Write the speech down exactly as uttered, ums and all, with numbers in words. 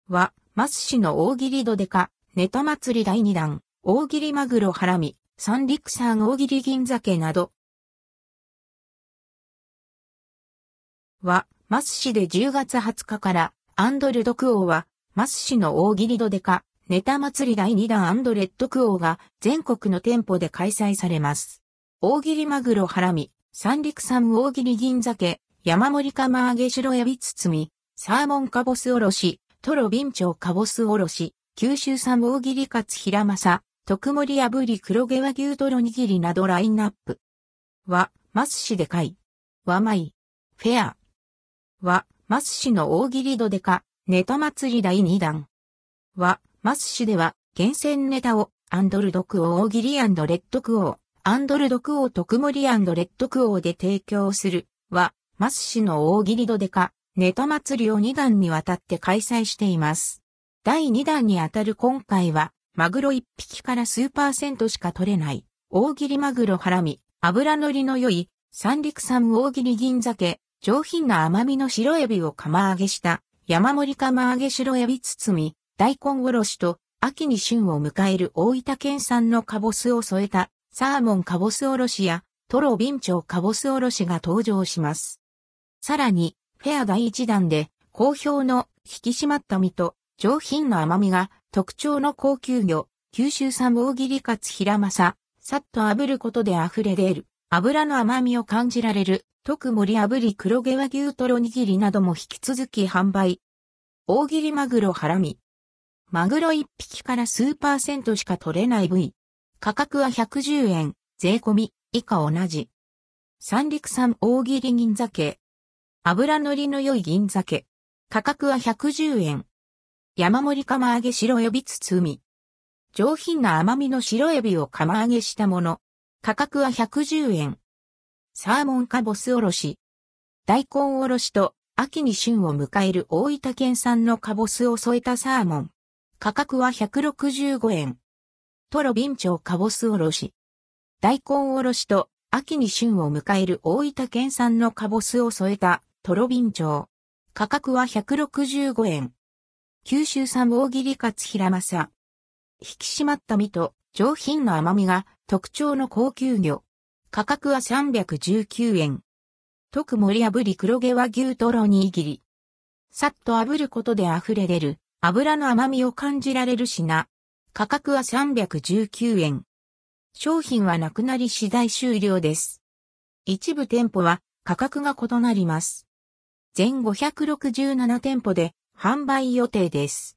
は、マス市の大切りどでか、ネタ祭りだいにだん、大切りマグロハラミ、三陸産大切り銀鮭など。は、マス市でじゅうがつはつかから、アンドルドクオーは、マス市の大切りどでか、ネタ祭りだいにだんアンドレッドクオーが全国の店舗で開催されます。大切りマグロハラミ、三陸産大切り銀鮭、山盛り釜揚げ白エビ包み、サーモンカボスおろし、トロビンチョウカボスおろし、九州産大切りカツヒラマサ、特盛り炙り黒毛和牛トロ握りなどラインナップ。は、マス市で買い。はまい。フェア。は、マス市の大切りどでか、ネタ祭りだいにだん。は、マス市では、厳選ネタを、アンドルドクオー大切り&レッドクオー、アンドルドクオー特盛り&レッドクオーで提供する。は、マス市の大切りどでか、ネタ祭りをにだんにわたって開催しています。だいにだんにあたる今回は、マグロいっぴきから数パーセントしか取れない、大切りマグロハラミ、脂乗りの良い、三陸産大切り銀鮭、上品な甘みの白エビを釜揚げした、山盛り釜揚げ白エビ包み、大根おろしと、秋に旬を迎える大分県産のカボスを添えた、サーモンカボスおろしや、トロビンチョウカボスおろしが登場します。さらに、フェアだいいちだんで、好評の引き締まった身と、上品な甘みが特徴の高級魚、九州産大切りカツヒラマサ、さっと炙ることで溢れ出る、脂の甘みを感じられる、特盛り炙り黒毛和牛トロ握りなども引き続き販売。大切りマグロハラミ。マグロいっぴきから数パーセントしか取れない部位。価格はひゃくじゅうえん、税込み、以下同じ。三陸産大切り銀鮭。脂乗りの良い銀鮭。価格はひゃくじゅうえん。山盛り釜揚げ白エビ包み。上品な甘みの白エビを釜揚げしたもの。価格はひゃくじゅうえん。サーモンカボスおろし。大根おろしと秋に旬を迎える大分県産のカボスを添えたサーモン。価格はひゃくろくじゅうごえん。トロビンチョウカボスおろし。大根おろしと秋に旬を迎える大分県産のカボスを添えたトロビンチョウ。価格はひゃくろくじゅうごえん。九州産大切りカツヒラマサ。引き締まった身と上品な甘みが特徴の高級魚。価格はさんびゃくじゅうきゅうえん。特盛り炙り黒毛和牛トロ握り。さっと炙ることで溢れ出る脂の甘みを感じられる品。価格はさんびゃくじゅうきゅうえん。商品はなくなり次第終了です。一部店舗は価格が異なります。全ごひゃくろくじゅうななてんぽで販売予定です。